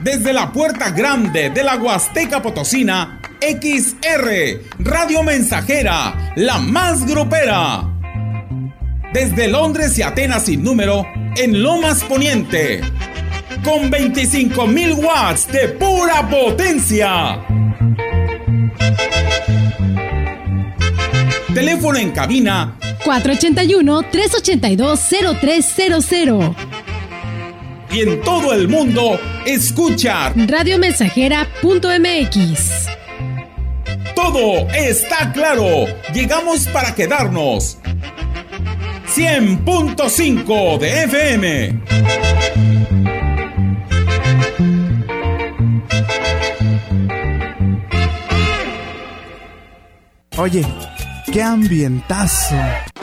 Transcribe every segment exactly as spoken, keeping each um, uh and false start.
Desde la puerta grande de la Huasteca Potosina, X R, Radio Mensajera, la más grupera. Desde Londres y Atenas sin número, en Lomas Poniente, con veinticinco mil watts de pura potencia. Teléfono en cabina cuatro ocho uno, tres ocho dos, cero tres cero cero. Y en todo el mundo, escucha radiomensajera punto m x. Todo está claro. Llegamos para quedarnos. cien punto cinco de F M. Oye, qué ambientazo.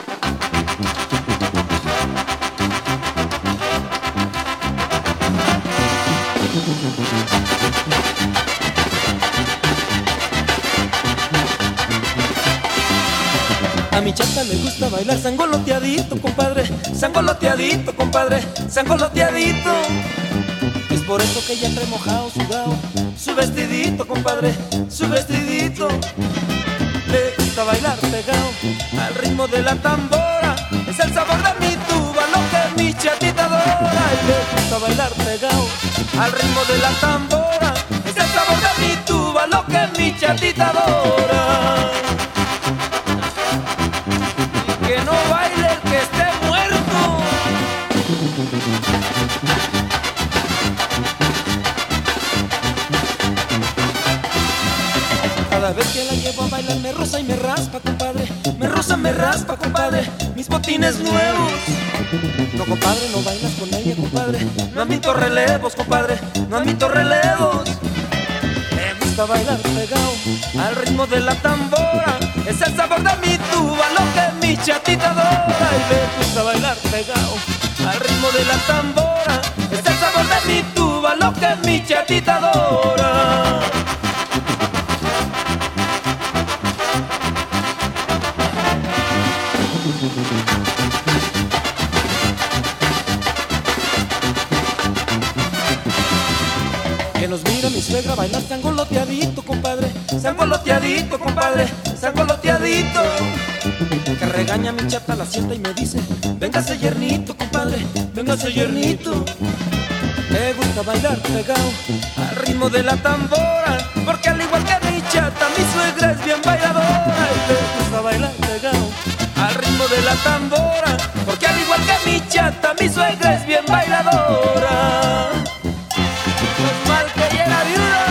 A mi chata le gusta bailar sangoloteadito, compadre, sangoloteadito, compadre, sangoloteadito. Es por eso que ella trae mojado, sudado, su vestidito, compadre, su vestidito. Le gusta bailar pegado al ritmo de la tambora. Es el sabor de mi tuba, lo que mi chatita adora. Y le gusta bailar pegado al ritmo de la tambora. Es el sabor de mi tuba, lo que mi chatita adora. Que no baile el que esté muerto. Cada vez que la llevo a bailar me roza y me raspa, compadre. Me roza, me raspa, compadre. Mis botines nuevos. No, compadre, no bailas con ella, compadre. No admito relevos, compadre. No admito relevos. Me gusta bailar pegado al ritmo de la tambora. Es el sabor de mi tuba, lo que mi chatita adora. Y me gusta bailar pegado al ritmo de la tambora. Es el sabor de mi tuba, lo que mi chatita adora. Que nos mira mi suegra bailar sangoloteadito, compadre, sangoloteadito, compadre, sangoloteadito. Que regaña a mi chata, la sienta y me dice: véngase yernito, compadre, véngase yernito. Me gusta bailar pegado al ritmo de la tambora, porque al igual que mi chata, mi suegra es bien bailadora. Y me gusta bailar pegado al ritmo de la tambora, porque al igual que mi chata, mi suegra es bien bailadora. No es mal que llega viuda.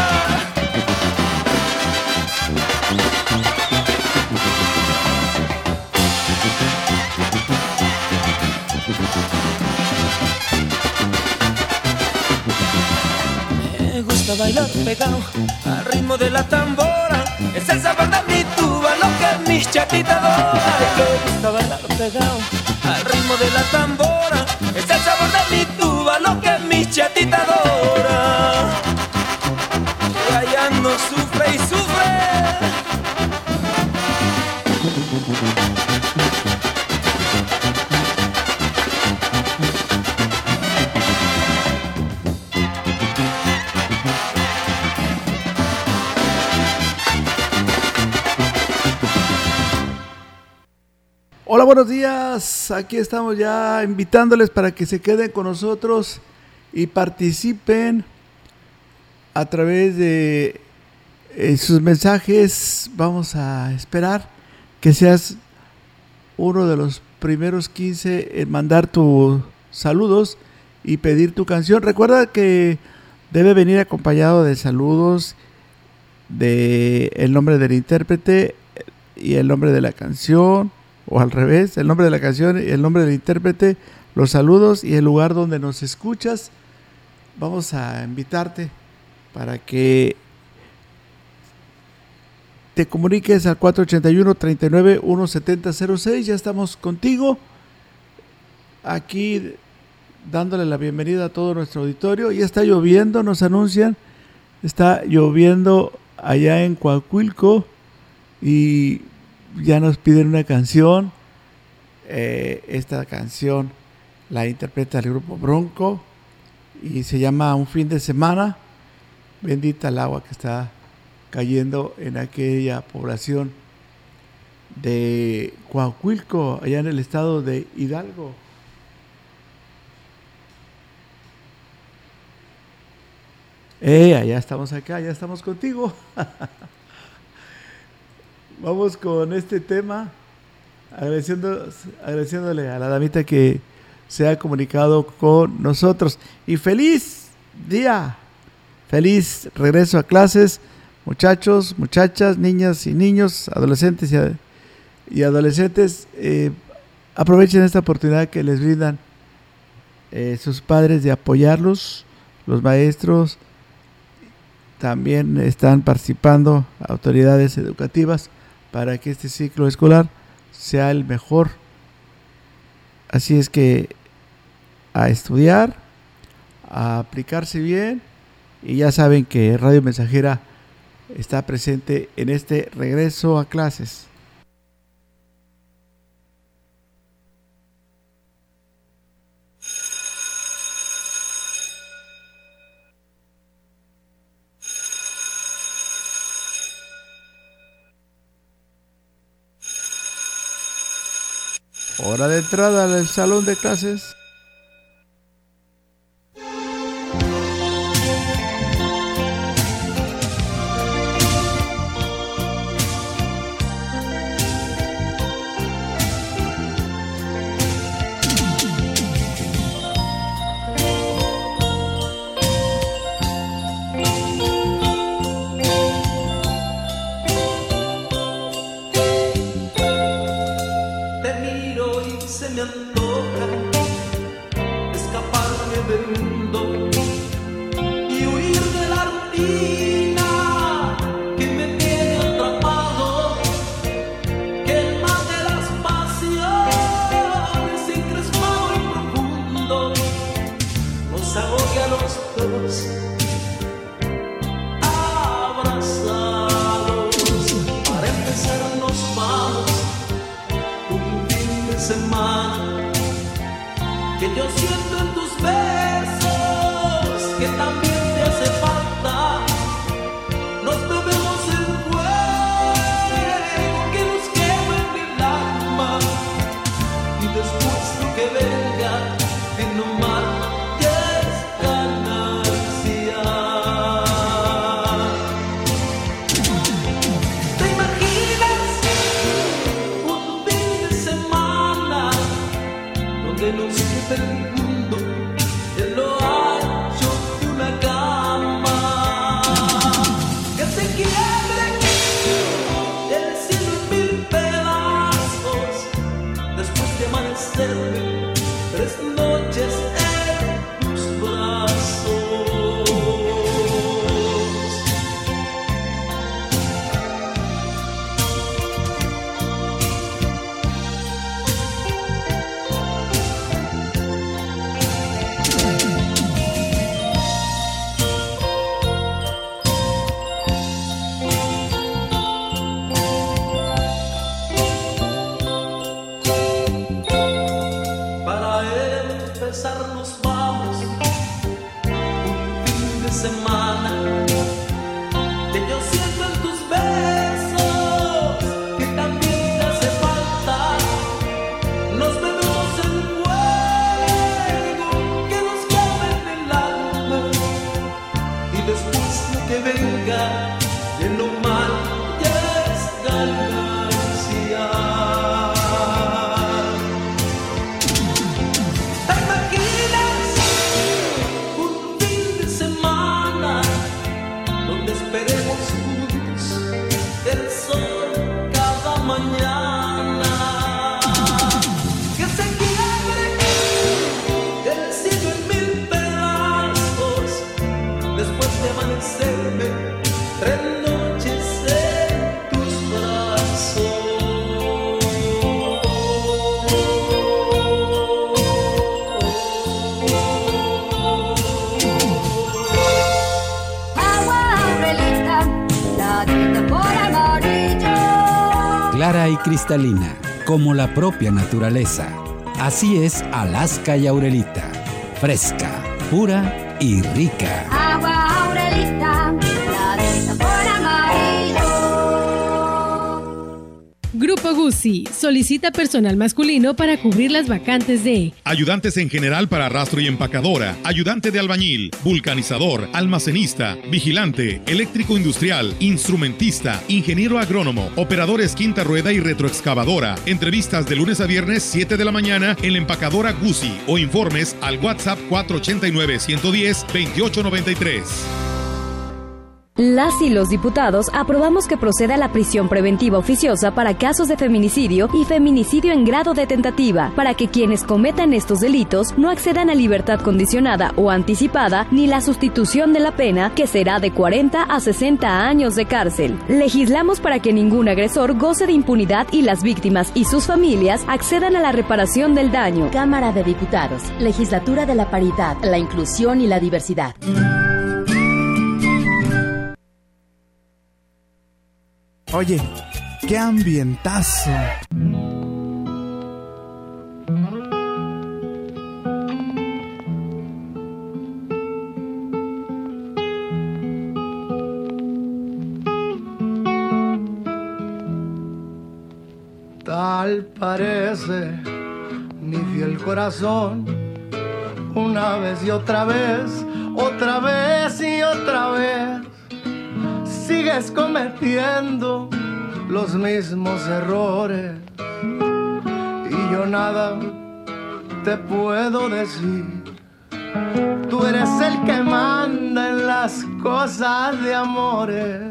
Me gusta bailar pegado al ritmo de la tambora. Es el sabor de mi tuba, lo que mi chatita adora. Me gusta bailar pegado al ritmo de la tambora. Es el sabor de mi tuba, lo que mi chatita adora. Y allá no sufre y sufre. Hola, buenos días. Aquí estamos ya invitándoles para que se queden con nosotros y participen a través de eh, sus mensajes. Vamos a esperar que seas uno de los primeros quince en mandar tus saludos y pedir tu canción. Recuerda que debe venir acompañado de saludos, de el nombre del intérprete y el nombre de la canción, o al revés, el nombre de la canción y el nombre del intérprete, los saludos y el lugar donde nos escuchas. Vamos a invitarte para que te comuniques al cuatro ocho uno, tres nueve uno, siete cero cero seis. Ya estamos contigo aquí dándole la bienvenida a todo nuestro auditorio. Ya está lloviendo, nos anuncian, está lloviendo allá en Coahuilco y ya nos piden una canción. Eh, esta canción la interpreta el grupo Bronco y se llama Un fin de semana. bendita el agua que está cayendo en aquella población de Coahuilco, allá en el estado de Hidalgo. Eh, allá estamos acá, ya estamos contigo. Vamos con este tema, agradeciendo, agradeciéndole a la damita que se ha comunicado con nosotros. Y feliz día, feliz regreso a clases, muchachos, muchachas, niñas y niños, adolescentes y, y adolescentes. Eh, aprovechen esta oportunidad que les brindan eh, sus padres de apoyarlos, los maestros. También están participando autoridades educativas para que este ciclo escolar sea el mejor. Así es que a estudiar, a aplicarse bien, y ya saben que Radio Mensajera está presente en este regreso a clases. Hora de entrada al salón de clases. Clara y cristalina, como la propia naturaleza. Así es Alaska y Aurelita, fresca, pura y rica. Agua Aurelita. Margarita, la de sabor amarillo. Grupo Guzzi solicita personal masculino para cubrir las vacantes de ayudantes en general para rastro y empacadora, ayudante de albañil, vulcanizador, almacenista, vigilante, eléctrico industrial, instrumentista, ingeniero agrónomo, operadores quinta rueda y retroexcavadora. Entrevistas de lunes a viernes siete de la mañana en la empacadora Guzzi o informes al WhatsApp cuatro ochenta y nueve, ciento diez, veintiocho noventa y tres. Las y los diputados aprobamos que proceda la prisión preventiva oficiosa para casos de feminicidio y feminicidio en grado de tentativa, para que quienes cometan estos delitos no accedan a libertad condicionada o anticipada ni la sustitución de la pena, que será de cuarenta a sesenta años de cárcel. Legislamos para que ningún agresor goce de impunidad y las víctimas y sus familias accedan a la reparación del daño. Cámara de Diputados, Legislatura de la Paridad, la Inclusión y la Diversidad. Oye, qué ambientazo. Tal parece mi fiel corazón, una vez y otra vez, otra vez y otra vez. Sigues cometiendo los mismos errores y yo nada te puedo decir. Tú eres el que manda en las cosas de amores.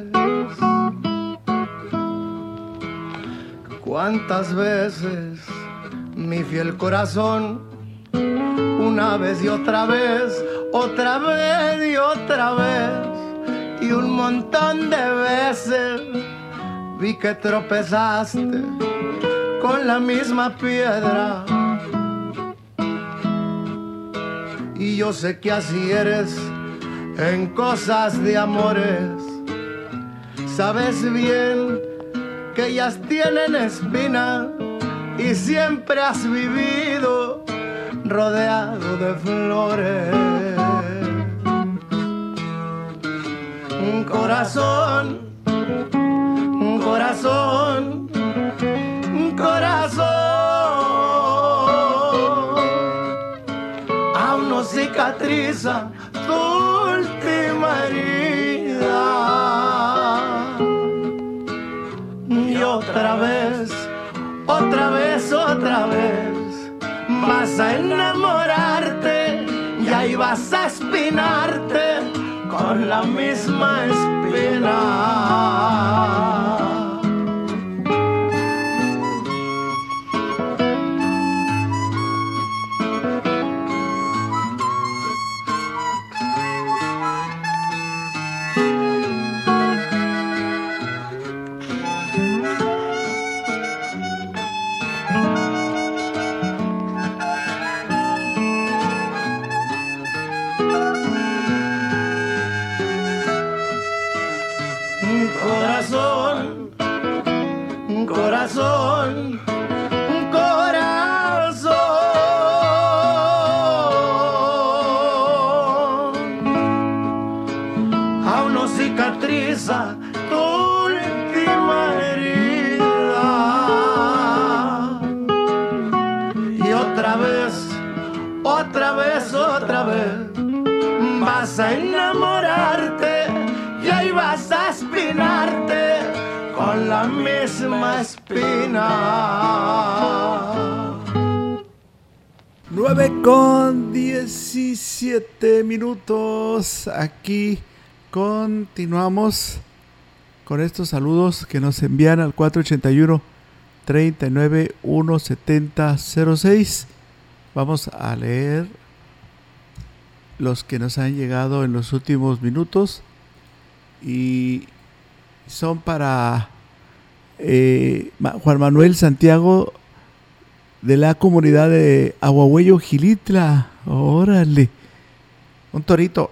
¿Cuántas veces mi fiel corazón, una vez y otra vez, otra vez y otra vez, y un montón de veces vi que tropezaste con la misma piedra? Y yo sé que así eres en cosas de amores. Sabes bien que ellas tienen espina y siempre has vivido rodeado de flores. Un corazón, un corazón, un corazón, aún no cicatriza tu última herida. Y otra vez, otra vez, otra vez, vas a enamorarte y ahí vas a espinarte con la misma espina. Corazón, un corazón, aún no cicatriza tu última herida. Y otra vez, otra vez, otra vez, vas a enamorarte y ahí vas a espinarte con la misma espina. nueve con diecisiete minutos. Aquí continuamos con estos saludos que nos envían al cuatro ochenta y uno, treinta y nueve, uno setenta, cero seis. Vamos a leer los que nos han llegado en los últimos minutos y son para eh, Juan Manuel Santiago de la comunidad de Aguahuello, Gilitla. Órale, un torito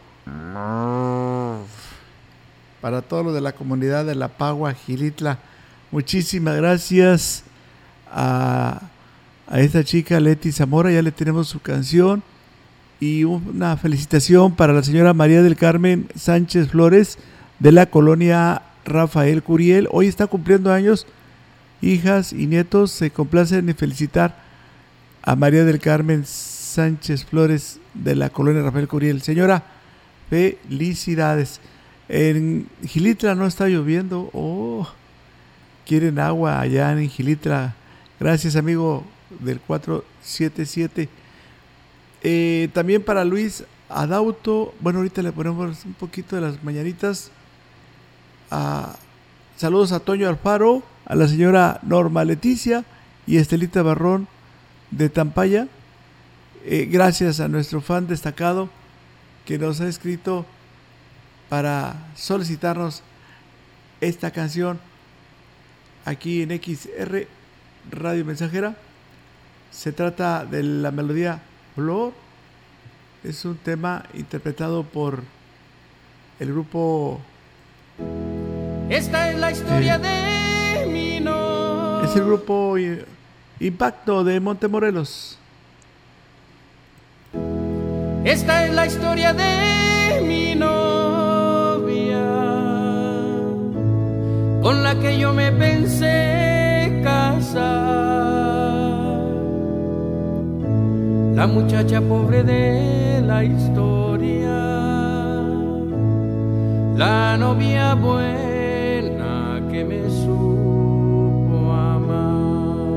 para todos los de la comunidad de La Pagua, Gilitla. Muchísimas gracias a, a esta chica Leti Zamora. Ya le tenemos su canción y una felicitación para la señora María del Carmen Sánchez Flores de la colonia Rafael Curiel. Hoy está cumpliendo años. Hijas y nietos se complacen en felicitar a María del Carmen Sánchez Flores de la colonia Rafael Curiel. Señora, felicidades. En Gilitla no está lloviendo. Oh, quieren agua allá en Gilitla. Gracias, amigo del cuatro siete siete. Eh, también para Luis Adauto. Bueno, ahorita le ponemos un poquito de las mañanitas. Ah, saludos a Toño Alfaro, a la señora Norma Leticia y Estelita Barrón de Tampaya. Eh, gracias a nuestro fan destacado que nos ha escrito para solicitarnos esta canción aquí en X R Radio Mensajera. Se trata de la melodía Flor. Es un tema interpretado por el grupo. Esta es la historia eh, de mi no. Es el grupo Impacto de Montemorelos. Esta es la historia de mi novia, con la que yo me pensé casar. La muchacha pobre de la historia, la novia buena que me supo amar.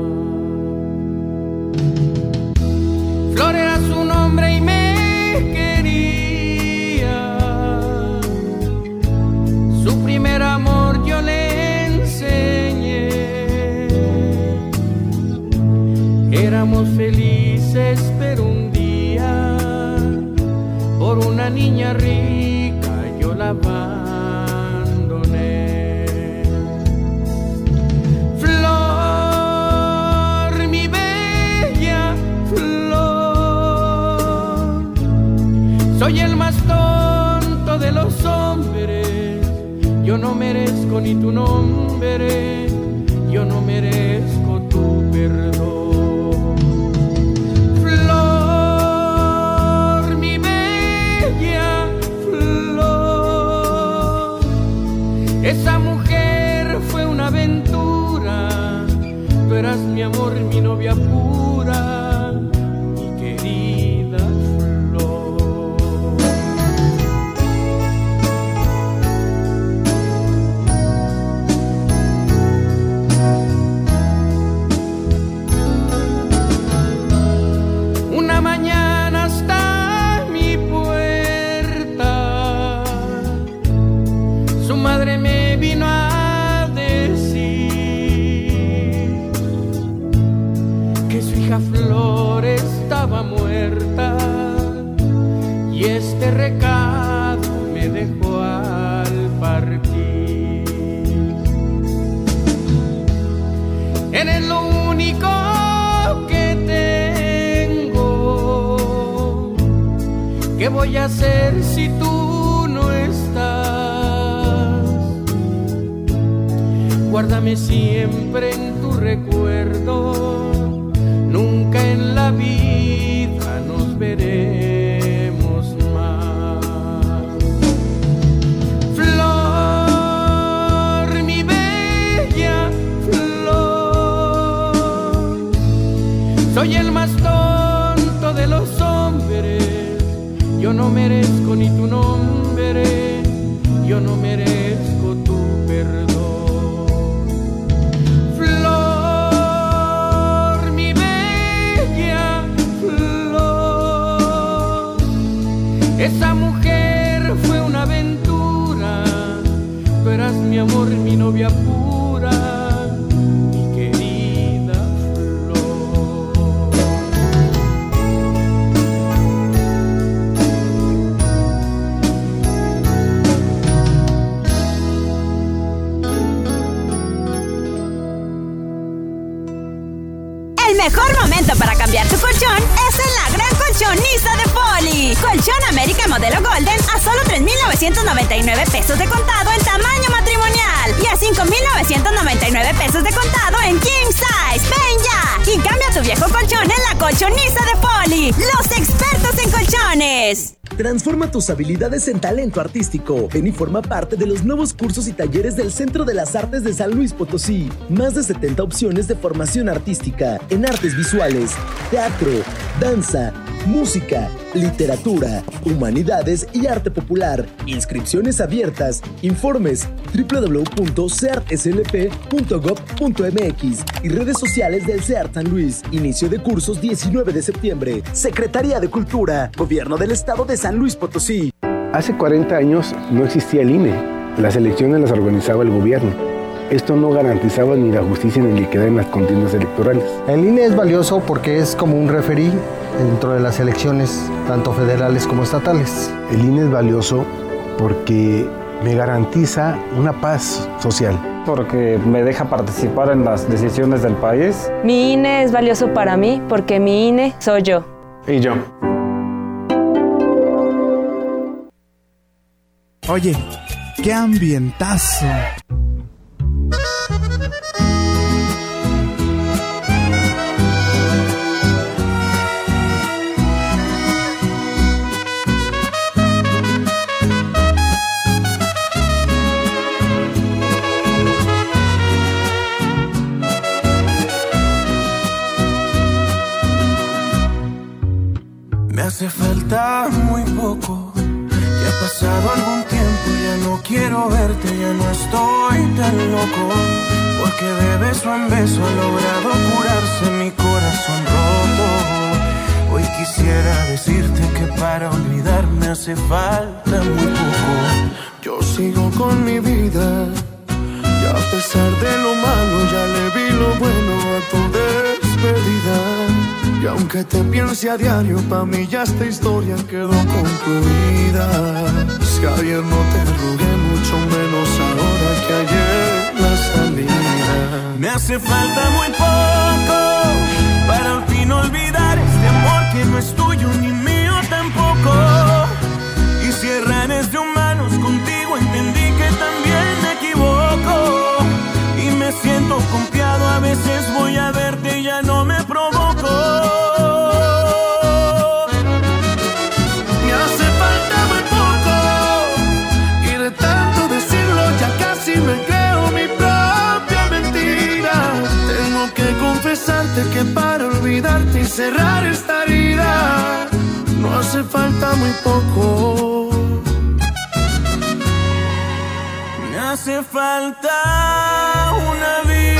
Flor era su nombre y me quería. Su primer amor yo le enseñé. Éramos felices, pero un día por una niña rica yo la abandoné. Flor, mi bella flor, soy el más tonto de los hombres. Yo no merezco ni tu nombre, yo no merezco tu perdón. Esa mujer fue una aventura, tú eras mi amor, mi novia pura, mi querida Flor. Una mañana hasta mi puerta, su madre me vino a decir que su hija Flor estaba muerta, y este recado me dejó al partir. Eres lo único que tengo, ¿qué voy a hacer si tú no estás? Guárdame siempre en tu recuerdo, nunca en la vida nos veremos más. Flor, mi bella flor, soy el más tonto de los hombres. Yo no merezco ni tu nombre, yo no merezco tu perdón. Esa mujer fue una aventura, tú eras mi amor, mi novia pura, mi querida Flor. El mejor momento para cambiar tu colchón es en la gran colchoniza de Poli. Colchón América modelo Golden a solo tres mil novecientos noventa y nueve pesos de contado en tamaño matrimonial y a cinco mil novecientos noventa y nueve pesos de contado en King Size. ¡Ven ya! Y cambia tu viejo colchón en la colchoniza de Poli. Los expertos en colchones. Talleres. Transforma tus habilidades en talento artístico. Ven y forma parte de los nuevos cursos y talleres del Centro de las Artes de San Luis Potosí. Más de setenta opciones de formación artística en artes visuales, teatro, danza, música, literatura, humanidades y arte popular. Inscripciones abiertas. Informes doble u doble u doble u punto ceart s l p punto gob punto m x y redes sociales del CEART San Luis. Inicio de cursos diecinueve de septiembre. Secretaría de Cultura, Gobierno del Estado de San Luis Potosí. Hace cuarenta años no existía el I N E. Las elecciones las organizaba el gobierno. Esto no garantizaba ni la justicia ni la equidad en las contiendas electorales. El I N E es valioso porque es como un referí dentro de las elecciones, tanto federales como estatales. El I N E es valioso porque me garantiza una paz social. Porque me deja participar en las decisiones del país. Mi I N E es valioso para mí porque mi I N E soy yo. Y yo. Oye, qué ambientazo. Me hace falta muy poco, ya ha pasado algún tiempo, ya no quiero verte, ya no estoy tan loco, porque de beso en beso ha logrado curarse mi corazón roto. Hoy quisiera decirte que para olvidarme hace falta muy poco. Yo sigo con mi vida, y a pesar de lo malo ya le vi lo bueno a tu despedida. Y aunque te piense a diario, pa' mí ya esta historia quedó concluida. Si ayer no te rogué, mucho menos ahora que ayer la salida. Me hace falta muy poco para al fin olvidar este amor que no es tuyo ni mío tampoco. Y si errares de humanos contigo entendí que también me equivoco. Y me siento confiado, a veces voy a verte y ya no me provoco. Me creo mi propia mentira. Tengo que confesarte que para olvidarte y cerrar esta herida no hace falta muy poco. Me hace falta una vida.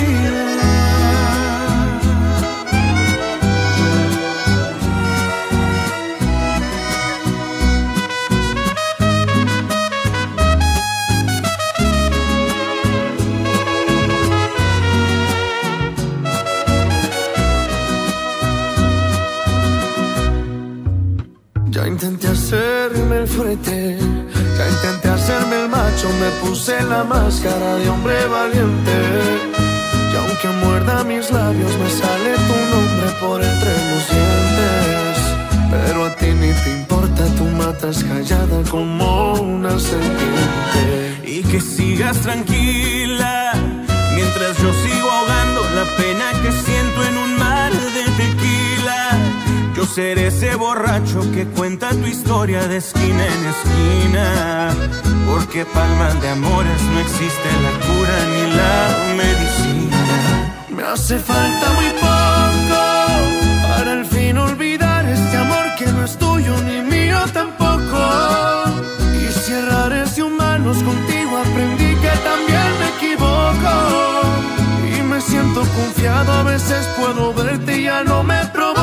Ya intenté hacerme el frente, ya intenté hacerme el macho, me puse la máscara de hombre valiente. Y aunque muerda mis labios, me sale tu nombre por entre los dientes. Pero a ti ni te importa, tú matas callada como una serpiente. Y que sigas tranquila, mientras yo sigo ahogando la pena que siento en un mar de tequila. Yo seré ese borracho que cuenta tu historia de esquina en esquina. Porque pa'l mal de amores no existe la cura ni la medicina. Me hace falta muy poco para al fin olvidar este amor que no es tuyo ni mío tampoco. Y si errares de humanos contigo aprendí que también me equivoco. Y me siento confiado, a veces puedo verte y ya no me provoco.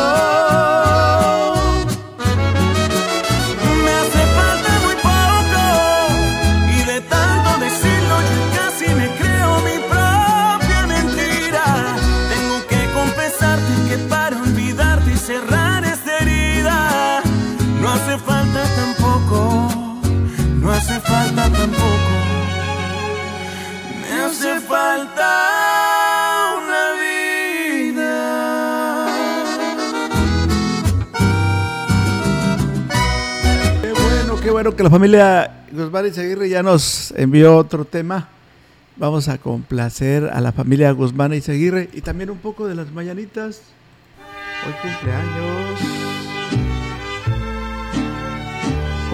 Me hace falta muy poco y de tanto decirlo yo casi me creo mi propia mentira. Tengo que confesarte que para olvidarte y cerrar esta herida no hace falta tampoco, no hace falta tampoco. Me hace falta qué bueno que la familia Guzmán Izaguirre ya nos envió otro tema. Vamos a complacer a la familia Guzmán Izaguirre y también un poco de las mañanitas. Hoy cumpleaños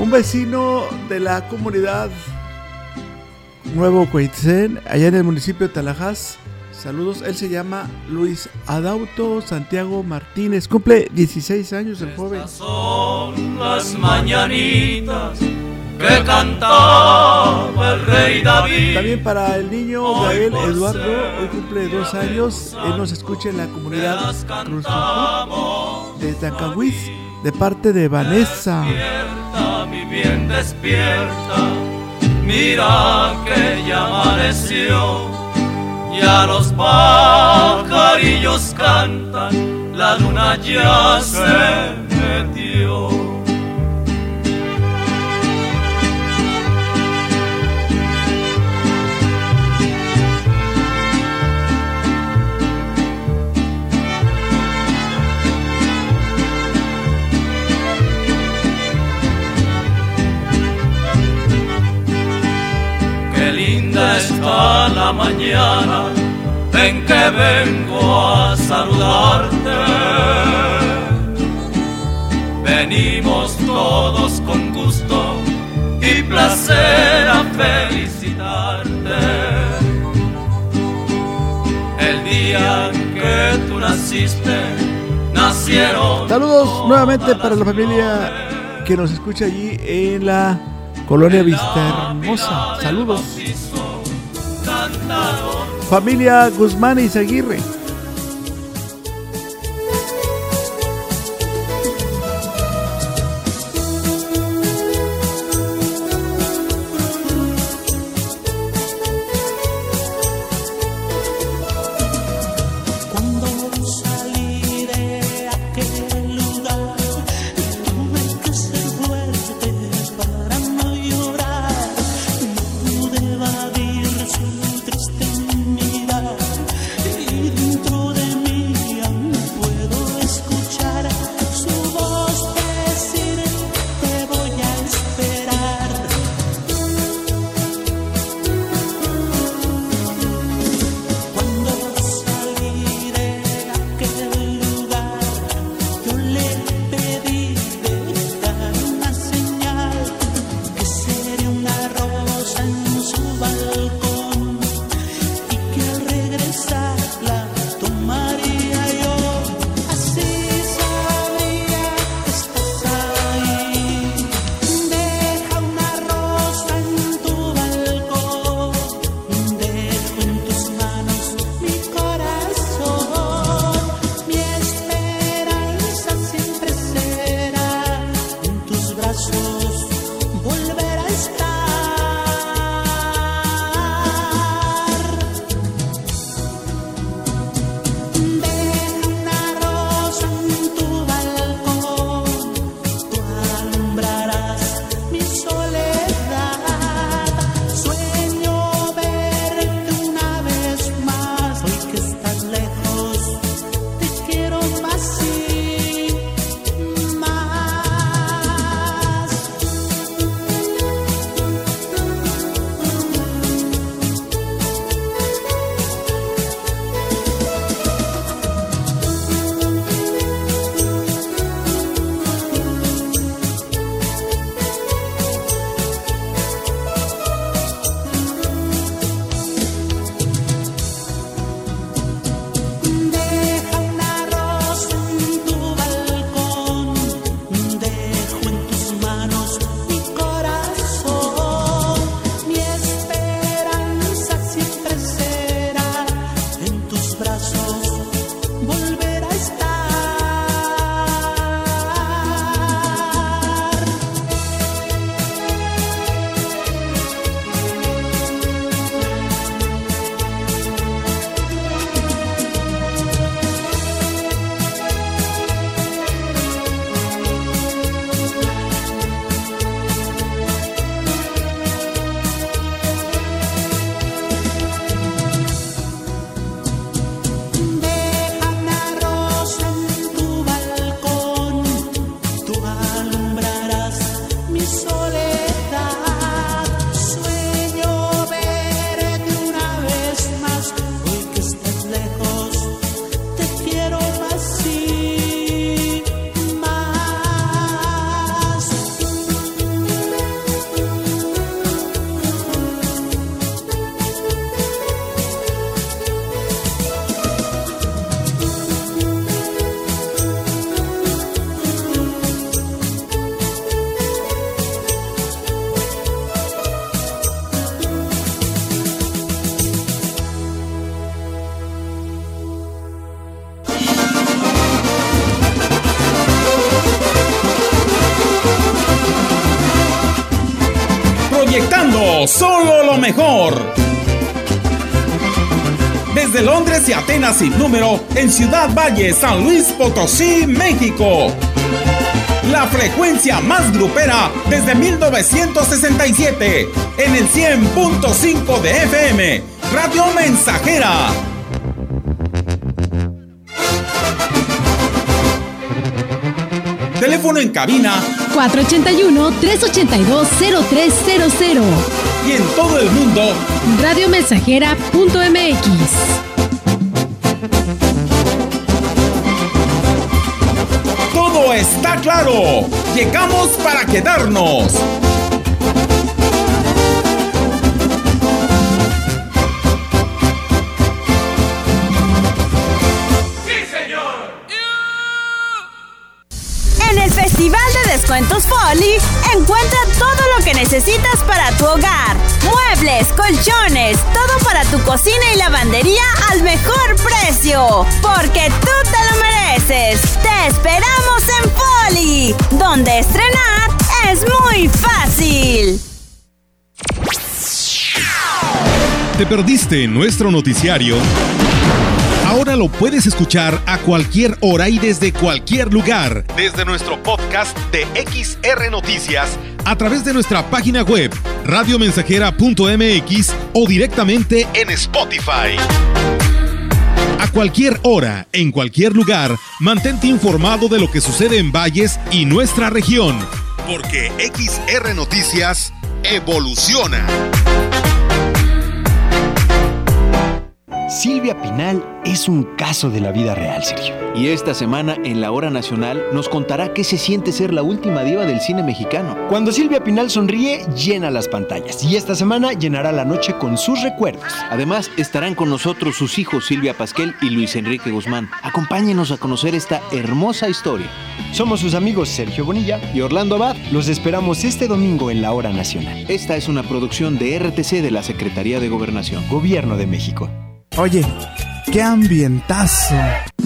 Un vecino de la comunidad Nuevo Cuaitzén, allá en el municipio de Talajás. Saludos, él se llama Luis Adauto Santiago Martínez. Cumple dieciséis años el joven. Estas son las mañanitas que cantaba el rey David. También para el niño Gael Eduardo, hoy cumple dos años. Él nos escucha en la comunidad Cruz de Tancahuiz, de parte de Vanessa. Despierta, mi bien despierta, mira que ya amaneció. Ya los pajarillos cantan, la luna ya se metió. Qué linda está la mañana en que vengo a saludarte. Venimos todos con gusto y placer a felicitarte. El día en que tú naciste, nacieron. Saludos nuevamente para la familia que nos escucha allí en la Colonia Vista Hermosa. Saludos. Familia Guzmán y Zaguirre. pero solo lo mejor. Desde Londres y Atenas sin número, en Ciudad Valle, San Luis Potosí, México. La frecuencia más grupera desde mil novecientos sesenta y siete, en el cien punto cinco de F M, Radio Mensajera. Teléfono en cabina cuatro ocho uno, tres ocho dos, cero tres cero cero. Y en todo el mundo, radiomensajera punto m x. Todo está claro. Llegamos para quedarnos. En el Festival de Descuentos Folly, encuentra todo lo que necesitas para tu hogar. Muebles, colchones, todo para tu cocina y lavandería al mejor precio. Porque tú te lo mereces. Te esperamos en Folly, donde estrenar es muy fácil. ¿Te perdiste nuestro noticiario? Ahora lo puedes escuchar a cualquier hora y desde cualquier lugar, desde nuestro podcast de X R Noticias, a través de nuestra página web, radiomensajera punto m x o directamente en Spotify. A cualquier hora, en cualquier lugar, mantente informado de lo que sucede en Valles y nuestra región, porque X R Noticias evoluciona. Silvia Pinal es un caso de la vida real, Sergio. Y esta semana, en La Hora Nacional, nos contará qué se siente ser la última diva del cine mexicano. Cuando Silvia Pinal sonríe, llena las pantallas. Y esta semana llenará la noche con sus recuerdos. Además, estarán con nosotros sus hijos Silvia Pasquel y Luis Enrique Guzmán. Acompáñenos a conocer esta hermosa historia. Somos sus amigos Sergio Bonilla y Orlando Abad. Los esperamos este domingo en La Hora Nacional. Esta es una producción de R T C de la Secretaría de Gobernación. Gobierno de México. Oye, qué ambientazo.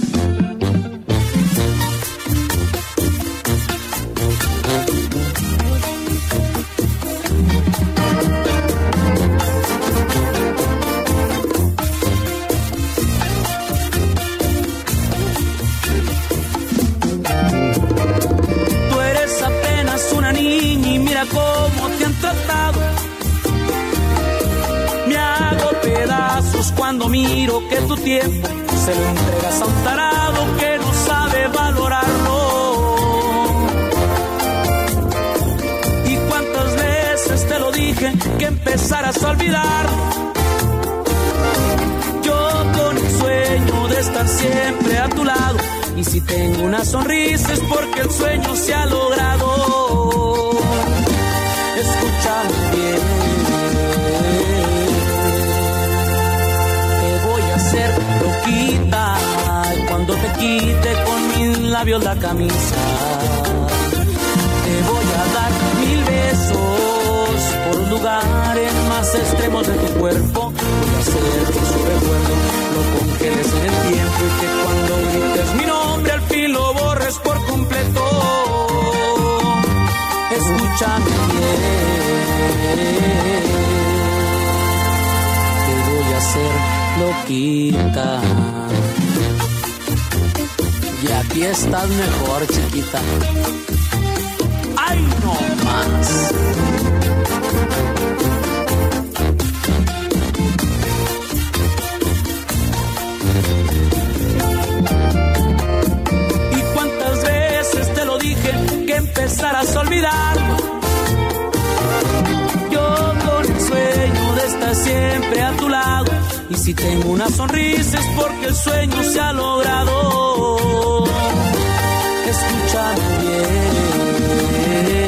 Tú eres apenas una niña y mira cómo te han tratado. Me hago pedazos cuando miro que tu tiempo se lo entregas a un tarado que no sabe valorarlo. Y cuántas veces te lo dije que empezaras a olvidar. Yo con el sueño de estar siempre a tu lado, y si tengo una sonrisa es porque el sueño se ha logrado. Escúchame bien, ser loquita cuando te quite con mis labios la camisa. Te voy a dar mil besos por lugares más extremos de tu cuerpo. Voy a hacer que su recuerdo lo congeles en el tiempo y que cuando grites mi nombre al fin lo borres por completo. Escúchame bien, te voy a hacer loquita. Y aquí estás mejor, chiquita. ¡Ay, no más! ¿Y cuántas veces te lo dije que empezaras a olvidarlo? Yo con el sueño de estar siempre a tu lado, y si tengo una sonrisa es porque el sueño se ha logrado. Escúchame bien,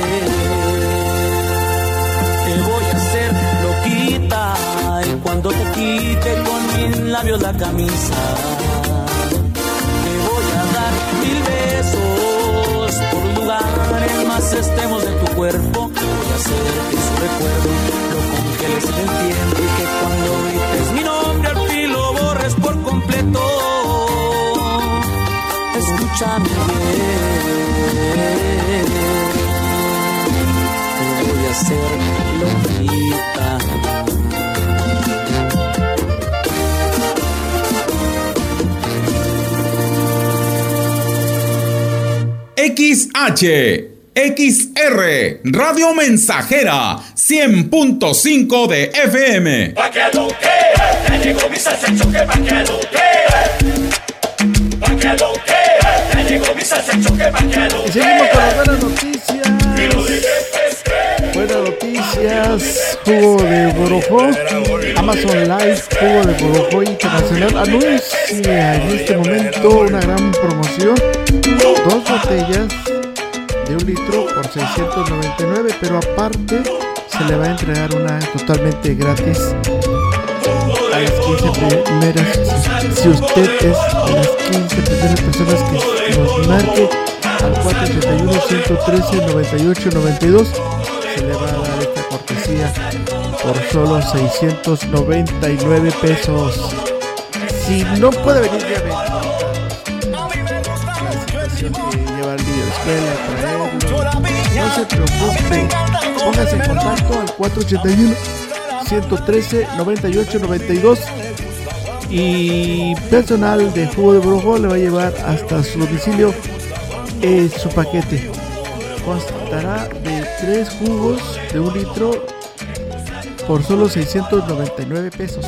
te voy a hacer loquita y cuando te quite con mis labios la camisa, te voy a dar mil besos por lugares más extremos de tu cuerpo. Voy a hacer que su recuerdo lo congeles en el tiempo y que cuando grites mi nombre al fin lo borres por completo. Escúchame bien, te voy a hacer loquita. X H, X R, Radio Mensajera, cien punto cinco de F M. Pa' que lo que, ya llegó mi salsa choque, pa' que lo que, pa' que lo que, ya llegó mi salsa choque, pa' que lo que. Y seguimos con las buenas noticias. Buenas noticias, jugo de Borojó, Amazon Live, jugo de Borojó Internacional anuncia en este momento una gran promoción, dos botellas de un litro por seiscientos noventa y nueve, pero aparte se le va a entregar una totalmente gratis a las quince primeras, si usted es de las quince primeras personas que nos marque al cuatro ochenta y uno, ciento trece, noventa y ocho, noventa y dos, se le va a dar esta cortesía por solo seiscientos noventa y nueve pesos. Si no puede venir ya ven la situación que lleva al niño a la escuela, traerlo, no se preocupe, póngase en contacto al cuatro ochenta y uno, ciento trece, noventa y ocho, noventa y dos y personal de jugo de Borojó le va a llevar hasta su domicilio eh, su paquete. Constará de tres jugos de un litro por solo seiscientos noventa y nueve pesos.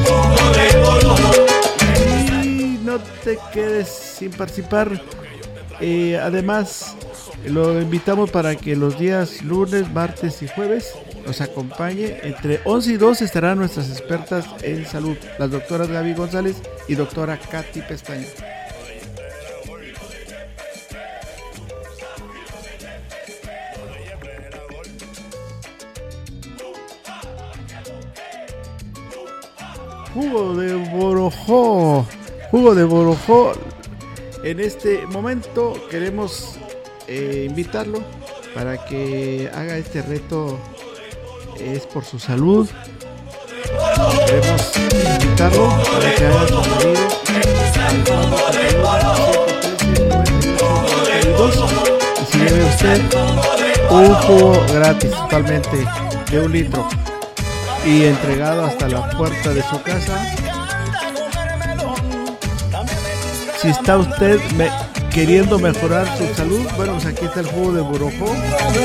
Y no te quedes sin participar. Eh, además, lo invitamos para que los días lunes, martes y jueves nos acompañe. Entre once y dos estarán nuestras expertas en salud, las doctoras Gaby González y doctora Katy Pestaña. Jugo de Borojó, jugo de Borojó. En este momento queremos eh, invitarlo para que haga este reto, es por su salud. Queremos invitarlo para que haga su pedido y si lleve usted un jugo gratis totalmente de un litro y entregado hasta la puerta de su casa. Si está usted me, queriendo mejorar su salud, bueno, pues aquí está el jugo de Borojó.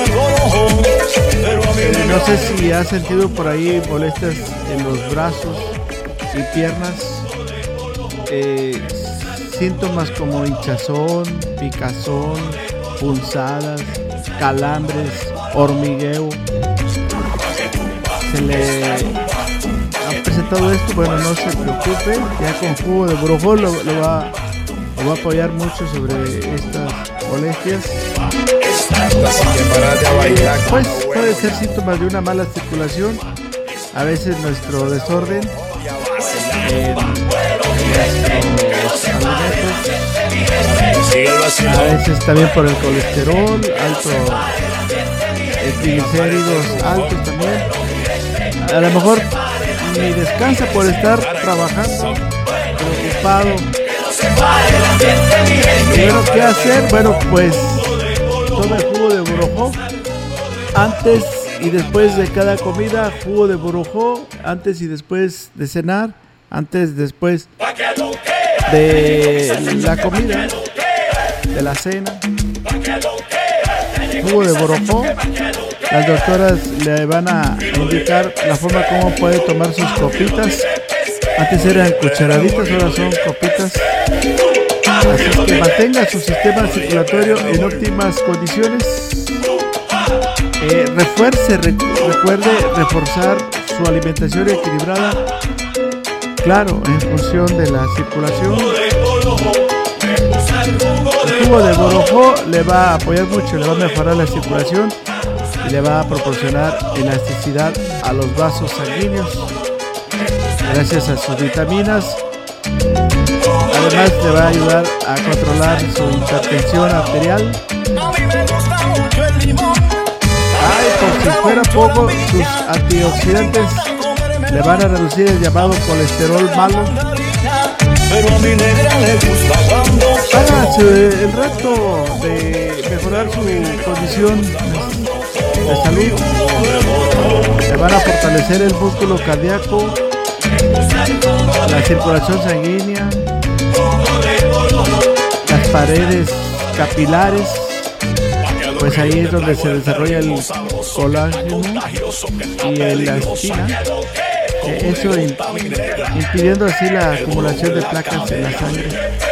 Eh, no sé si ha sentido por ahí molestias en los brazos y piernas, eh, síntomas como hinchazón, picazón, punzadas, calambres, hormigueo. Se le ha presentado esto, bueno, no se preocupe, ya con jugo de Borojó lo, lo, va, lo va a apoyar mucho sobre estas molestias. Pues puede ser síntomas de una mala circulación, a veces nuestro desorden en nuestros alimentos, a veces también por el colesterol alto, triglicéridos altos también. A lo mejor ni descansa por estar trabajando, preocupado. Y bueno, ¿qué hacer? Bueno, pues toma el jugo de Borojó antes y después de cada comida, jugo de Borojó antes y después de cenar, antes, después de la comida, de la cena. Jugo de Borojó. Las doctoras le van a indicar la forma como puede tomar sus copitas. Antes eran cucharaditas, ahora son copitas. Así es que mantenga su sistema circulatorio en óptimas condiciones. Eh, refuerce, recu- recuerde reforzar su alimentación equilibrada. Claro, en función de la circulación. El jugo de Borojó le va a apoyar mucho, le va a mejorar la circulación y le va a proporcionar elasticidad a los vasos sanguíneos gracias a sus vitaminas. Además le va a ayudar a controlar su hipertensión arterial. Ay, por si fuera poco, sus antioxidantes le van a reducir el llamado colesterol malo. Hágase el reto de mejorar su condición de salud. Le van a fortalecer el músculo cardíaco, la circulación sanguínea, las paredes capilares, pues ahí es donde se desarrolla el colágeno y el elastina, eh, eso impidiendo así la acumulación de placas en la sangre.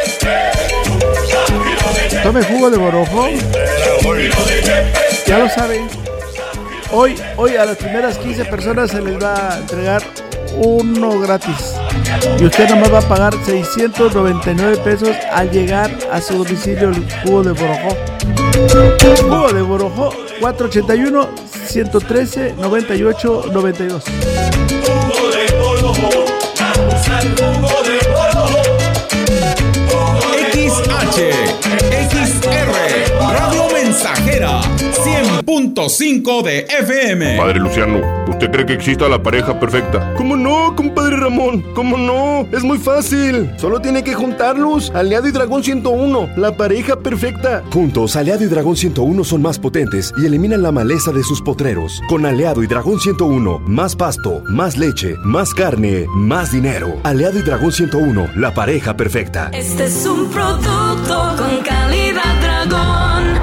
Tome jugo de borojó, ya lo saben. Hoy, hoy a las primeras quince personas se les va a entregar uno gratis. Y usted nomás va a pagar seiscientos noventa y nueve pesos al llegar a su domicilio el jugo de borojó. Jugo de borojó, cuatro ochenta y uno, ciento trece, noventa y ocho, noventa y dos. Jugo de borojó, vamos al jugo de borojó. X H, X R, Radio Mensajera, cien punto cinco de F M. Padre Luciano, ¿usted cree que exista la pareja perfecta? ¿Cómo no, compadre Ramón? ¿Cómo no? Es muy fácil. Solo tiene que juntarlos. Aliado y Dragón ciento uno, la pareja perfecta. Juntos, Aliado y Dragón ciento uno son más potentes y eliminan la maleza de sus potreros. Con Aliado y Dragón ciento uno, más pasto, más leche, más carne, más dinero. Aliado y Dragón ciento uno, la pareja perfecta. Este es un producto con calidad Dragón.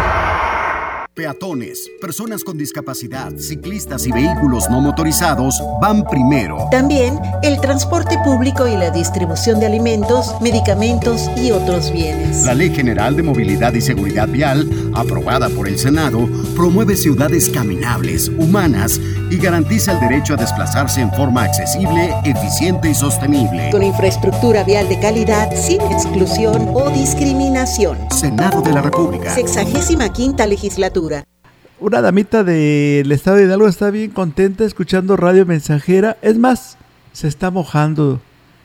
Peatones, personas con discapacidad, ciclistas y vehículos no motorizados van primero. También el transporte público y la distribución de alimentos, medicamentos y otros bienes. La Ley General de Movilidad y Seguridad Vial, aprobada por el Senado, promueve ciudades caminables, humanas y garantiza el derecho a desplazarse en forma accesible, eficiente y sostenible. Con infraestructura vial de calidad, sin exclusión o discriminación. Senado de la República. Sexagésima quinta legislatura. Una damita del estado de Hidalgo está bien contenta escuchando Radio Mensajera. Es más, se está mojando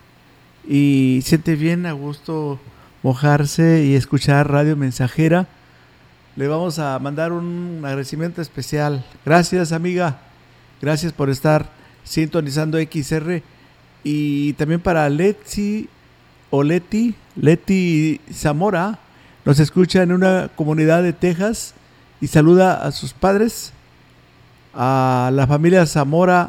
y siente bien a gusto mojarse y escuchar Radio Mensajera. Le vamos a mandar un agradecimiento especial. Gracias, amiga. Gracias por estar sintonizando X R. Y también para Leti o Leti, Leti Zamora, nos escucha en una comunidad de Texas. Y saluda a sus padres, a la familia Zamora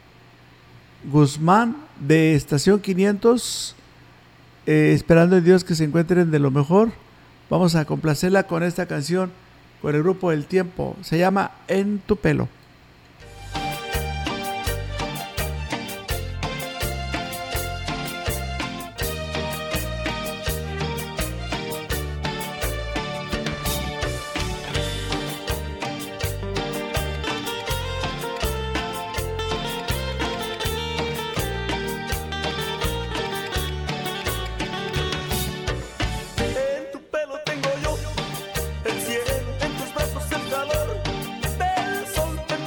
Guzmán de Estación quinientos, eh, esperando en Dios que se encuentren de lo mejor. Vamos a complacerla con esta canción, con el grupo El Tiempo. Se llama En tu pelo. El cielo, en tus brazos el calor del sol.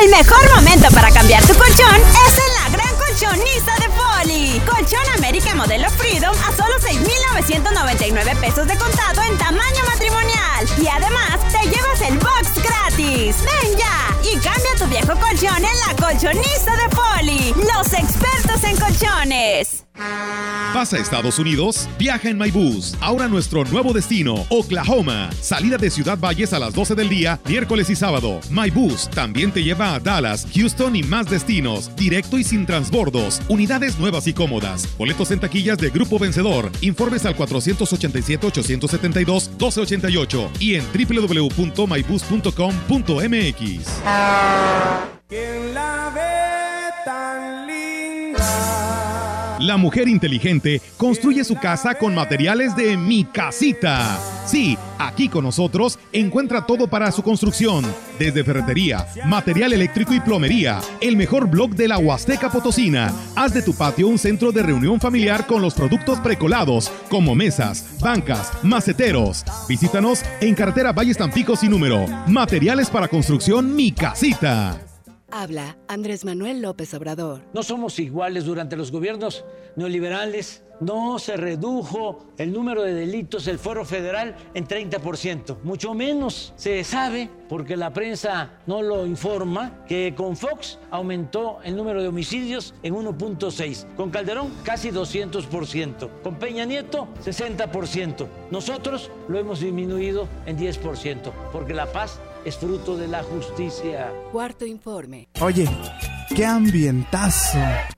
El mejor momento para cambiar tu colchón es en la gran colchoniza de Poli. Colchón América modelo Freedom a solo seis mil novecientos noventa y nueve pesos de contado en tamaño matrimonial. Y además te llevas el box gratis. ¡Ven ya! Y cambia tu viejo colchón en la colchoniza de Poli. Los expertos en colchones. ¿Vas a Estados Unidos? Viaja en MyBus. Ahora nuestro nuevo destino, Oklahoma. Salida de Ciudad Valles a las doce del día, miércoles y sábado. MyBus también te lleva a Dallas, Houston y más destinos. Directo y sin transbordos. Unidades nuevas y cómodas. Boletos en taquillas de Grupo Vencedor. Informes al cuatro ocho siete, ocho siete dos, uno dos ocho ocho y en doble u doble u doble u punto my bus punto com punto m x. ¿Quién la ve tan linda? La mujer inteligente construye su casa con materiales de Mi Casita. Sí, aquí con nosotros encuentra todo para su construcción, desde ferretería, material eléctrico y plomería. El mejor blog de la Huasteca Potosina. Haz de tu patio un centro de reunión familiar con los productos precolados, como mesas, bancas, maceteros. Visítanos en carretera Valles Tampico sin número. Materiales para construcción Mi Casita. Habla Andrés Manuel López Obrador. No somos iguales. Durante los gobiernos neoliberales no se redujo el número de delitos, el fuero federal, en treinta por ciento. Mucho menos se sabe, porque la prensa no lo informa, que con Fox aumentó el número de homicidios en uno punto seis. Con Calderón, casi doscientos por ciento. Con Peña Nieto, sesenta por ciento. Nosotros lo hemos disminuido en diez por ciento, porque la paz es fruto de la justicia. Cuarto informe. Oye, qué ambientazo.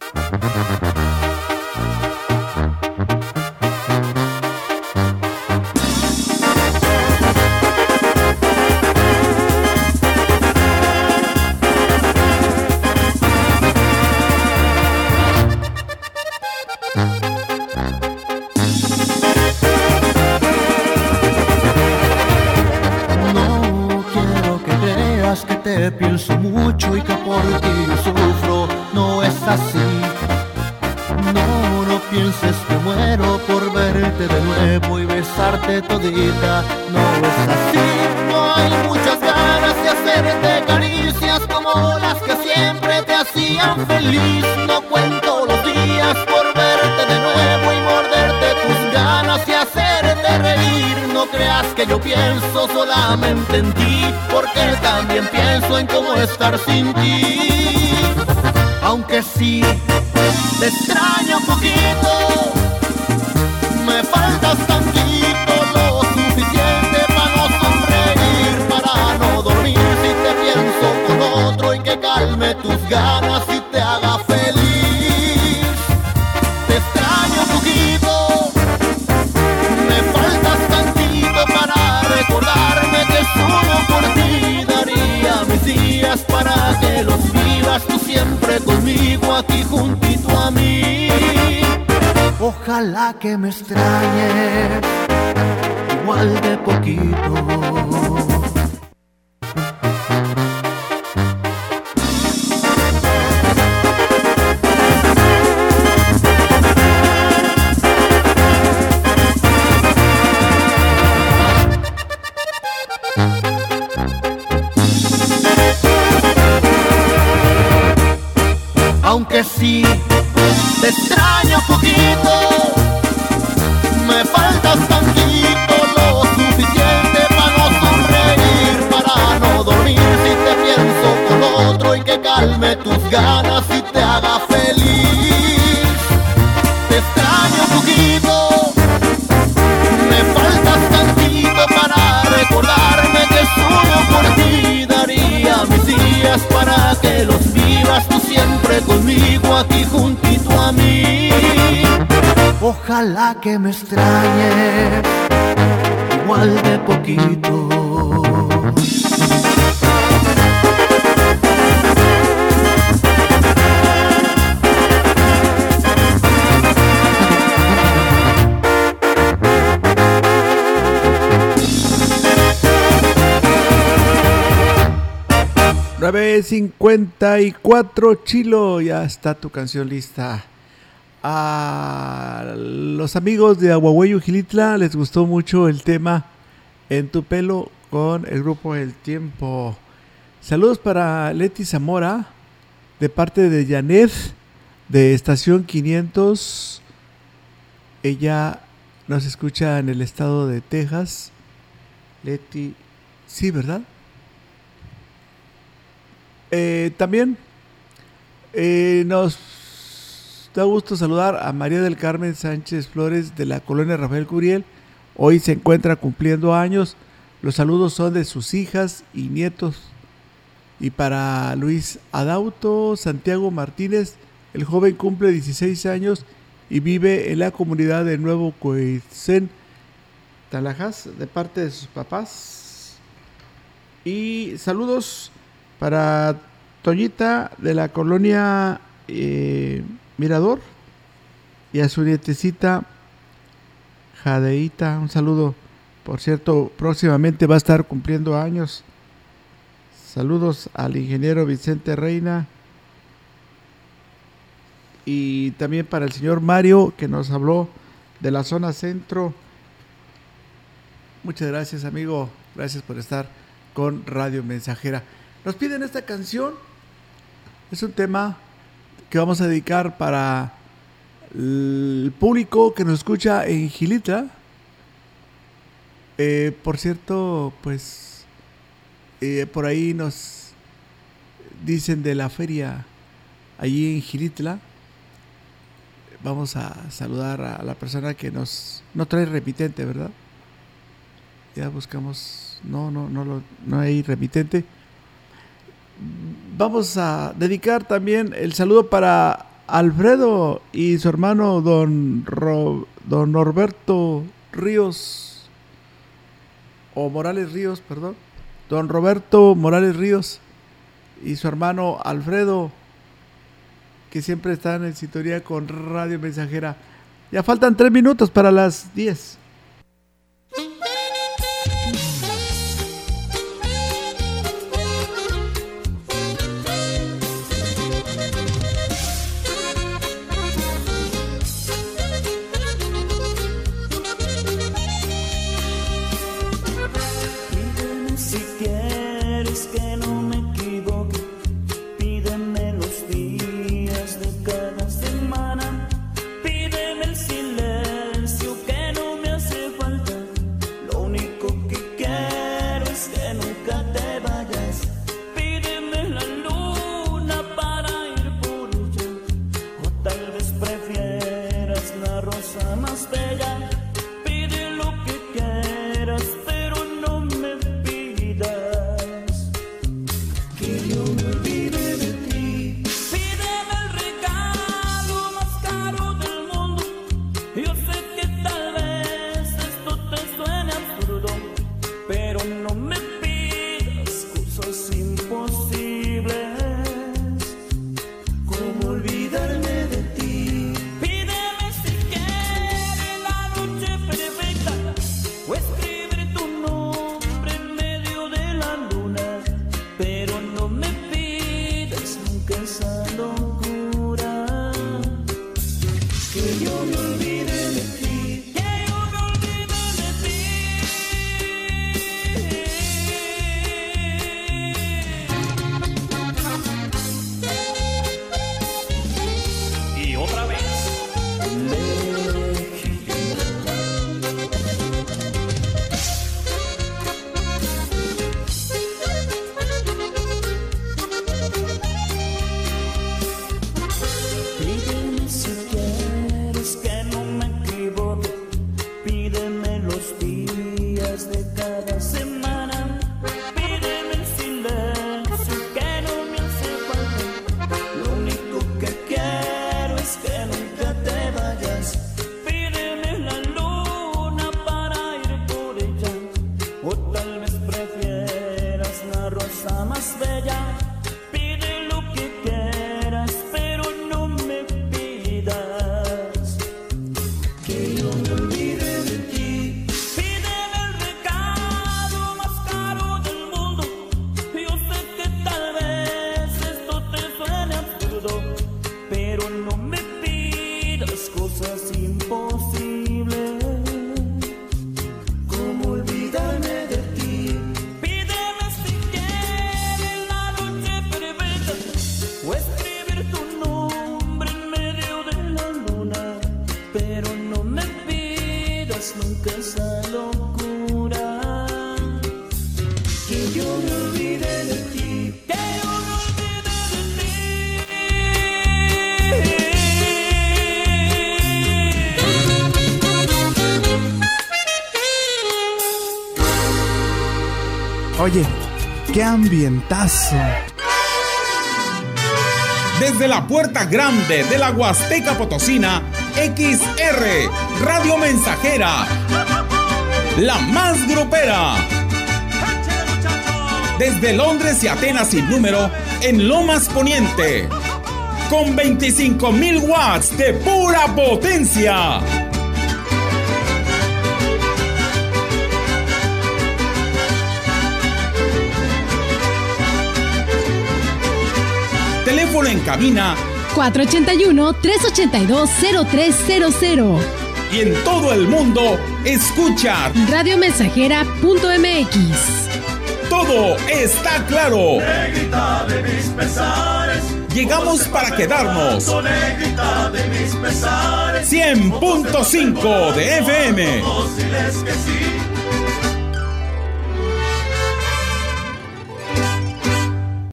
Te pienso mucho y que por ti sufro, no es así. No, no pienses que muero por verte de nuevo y besarte todita, no es así. No hay muchas ganas de hacerte caricias como las que siempre te hacían feliz. No cuento los días por verte de nuevo y morderte tus ganas y hacerte reír. No creas que yo pienso solamente en ti, porque también pienso en cómo estar sin ti. Aunque sí, te extraño un poquito, me faltas tantito, lo suficiente para no sonreír, para no dormir si te pienso con otro y que calme tus ganas y te haga feliz. Te extraño un poquito, me faltas tantito para recordarme que solo por ti daría mis días para que los vivas tú siempre conmigo aquí juntito a mí. Ojalá que me extrañes igual de poquito. Aunque sí, te extraño poquito, me faltas tantito, lo suficiente para no sonreír, para no dormir si te pienso con otro y que calme tus ganas y te haga feliz. Te extraño poquito, me faltas tantito para recordarme que solo por ti daría mis días para que los vivas tú siempre conmigo aquí juntito a mí. Ojalá que me extrañes igual de poquito. nueve cincuenta y cuatro, Chilo, ya está tu canción lista. A los amigos de Aguahueyo Gilitla les gustó mucho el tema En tu pelo con el grupo El Tiempo. Saludos para Leti Zamora, de parte de Janet, de Estación quinientos. Ella nos escucha en el estado de Texas. Leti, sí, ¿verdad? Eh, también eh, nos da gusto saludar a María del Carmen Sánchez Flores, de la colonia Rafael Curiel. Hoy se encuentra cumpliendo años. Los saludos son de sus hijas y nietos. Y para Luis Adauto Santiago Martínez, el joven cumple dieciséis años y vive en la comunidad de Nuevo Coetzén, Talajás, de parte de sus papás. Y saludos para Toñita, de la colonia eh, Mirador, y a su nietecita Jadeita. Un saludo. Por cierto, próximamente va a estar cumpliendo años. Saludos al ingeniero Vicente Reina. Y también para el señor Mario, que nos habló de la zona centro. Muchas gracias, amigo. Gracias por estar con Radio Mensajera. Nos piden esta canción. Es un tema que vamos a dedicar para el público que nos escucha en Gilitla. Eh, por cierto, pues eh, por ahí nos dicen de la feria allí en Gilitla. Vamos a saludar a la persona que nos no trae remitente, ¿verdad? Ya buscamos, no, no, no, lo, no hay remitente. Vamos a dedicar también el saludo para Alfredo y su hermano don Ro, don Norberto Ríos, o Morales Ríos, perdón, don Roberto Morales Ríos y su hermano Alfredo, que siempre están en sintonía con Radio Mensajera. Ya faltan tres minutos para las diez. Que yo me olvide de ti. Pídeme el recado nunca esa locura. Que yo me olvide de ti, que yo me olvide de ti. Oye, qué ambientazo. Desde la puerta grande de la Huasteca Potosina, X R, Radio Mensajera, la más grupera. Desde Londres y Atenas sin número, en Lomas Poniente, con veinticinco mil watts de pura potencia. Teléfono en cabina cuatro ocho uno, tres ocho dos, cero tres cero cero. Y en todo el mundo, escucha radiomensajera punto m x. Todo está claro. Negrita de mis pesares, llegamos para quedarnos. Negrita de mis pesares, cien punto cinco de F M. Todos diles que sí.